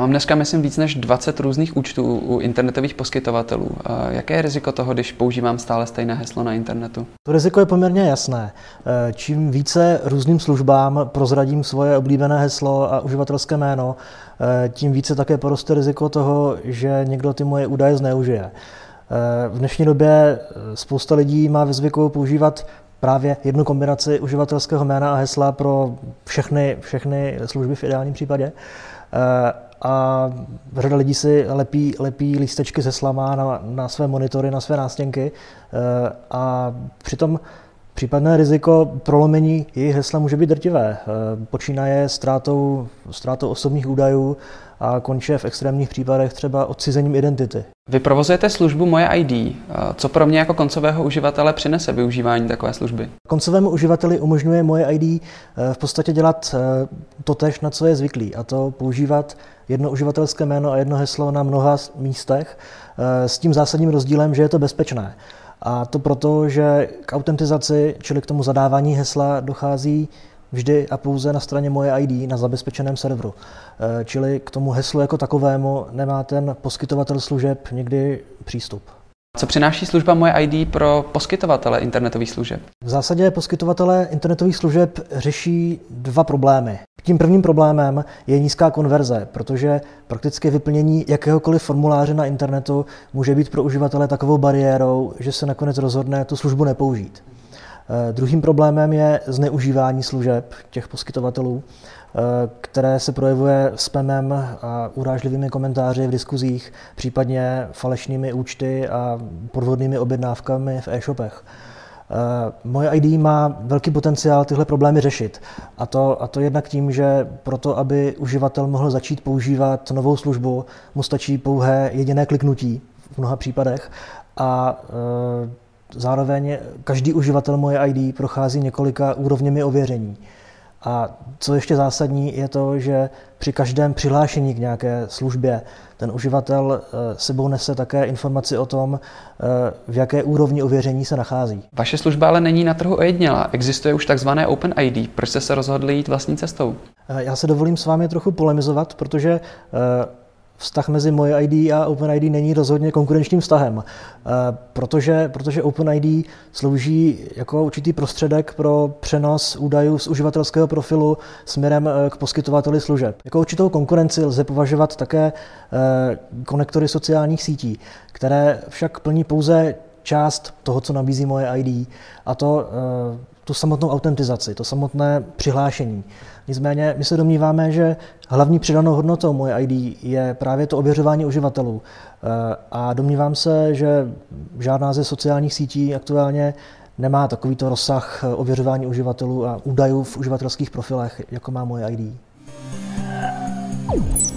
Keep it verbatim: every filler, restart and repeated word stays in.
mám dneska, myslím, víc než dvacet různých účtů u internetových poskytovatelů. Jaké je riziko toho, když používám stále stejné heslo na internetu? To riziko je poměrně jasné. Čím více různým službám prozradím svoje oblíbené heslo a uživatelské jméno, tím více také poroste riziko toho, že někdo ty moje údaje zneužije. V dnešní době spousta lidí má ve zvyku používat právě jednu kombinaci uživatelského jména a hesla pro všechny, všechny služby v ideálním případě. A řada lidí si lepí, lepí lístečky s heslama na, na své monitory, na své nástěnky a přitom případné riziko prolomení jejich hesla může být drtivé. Počínaje ztrátou, ztrátou osobních údajů a končí v extrémních případech třeba odcizením identity. Vy provozujete službu Moje I D. Co pro mě jako koncového uživatele přinese využívání takové služby? Koncovému uživateli umožňuje Moje I D v podstatě dělat totéž, na co je zvyklý, a to používat jedno uživatelské jméno a jedno heslo na mnoha místech s tím zásadním rozdílem, že je to bezpečné. A to proto, že k autentizaci, čili k tomu zadávání hesla, dochází vždy a pouze na straně Moje I D na zabezpečeném serveru. Čili k tomu heslu jako takovému nemá ten poskytovatel služeb nikdy přístup. Co přináší služba Moje I D pro poskytovatele internetových služeb? V zásadě poskytovatelé internetových služeb řeší dva problémy. Tím prvním problémem je nízká konverze, protože prakticky vyplnění jakéhokoliv formuláře na internetu může být pro uživatele takovou bariérou, že se nakonec rozhodne tu službu nepoužít. Druhým problémem je zneužívání služeb těch poskytovatelů, které se projevuje spamem a urážlivými komentáři v diskuzích, případně falešnými účty a podvodnými objednávkami v e-shopech. Moje I D má velký potenciál tyhle problémy řešit. A to, a to jednak tím, že proto, aby uživatel mohl začít používat novou službu, mu stačí pouhé jediné kliknutí v mnoha případech a e, zároveň každý uživatel Moje I D prochází několika úrovněmi ověření. A co ještě zásadní, je to, že při každém přihlášení k nějaké službě ten uživatel sebou nese také informaci o tom, v jaké úrovni ověření se nachází. Vaše služba ale není na trhu ojedinělá. Existuje už takzvané Open I D. Proč jste se rozhodli jít vlastní cestou? Já se dovolím s vámi trochu polemizovat, protože vztah mezi Moje I D a Open I D není rozhodně konkurenčním vztahem, protože, protože Open I D slouží jako určitý prostředek pro přenos údajů z uživatelského profilu směrem k poskytovateli služeb. Jako určitou konkurenci lze považovat také konektory sociálních sítí, které však plní pouze část toho, co nabízí Moje I D, a to tu samotnou autentizaci, to samotné přihlášení. Nicméně my se domníváme, že hlavní přidanou hodnotou Moje I D je právě to ověřování uživatelů. A domnívám se, že žádná ze sociálních sítí aktuálně nemá takovýto rozsah ověřování uživatelů a údajů v uživatelských profilech, jako má Moje I D.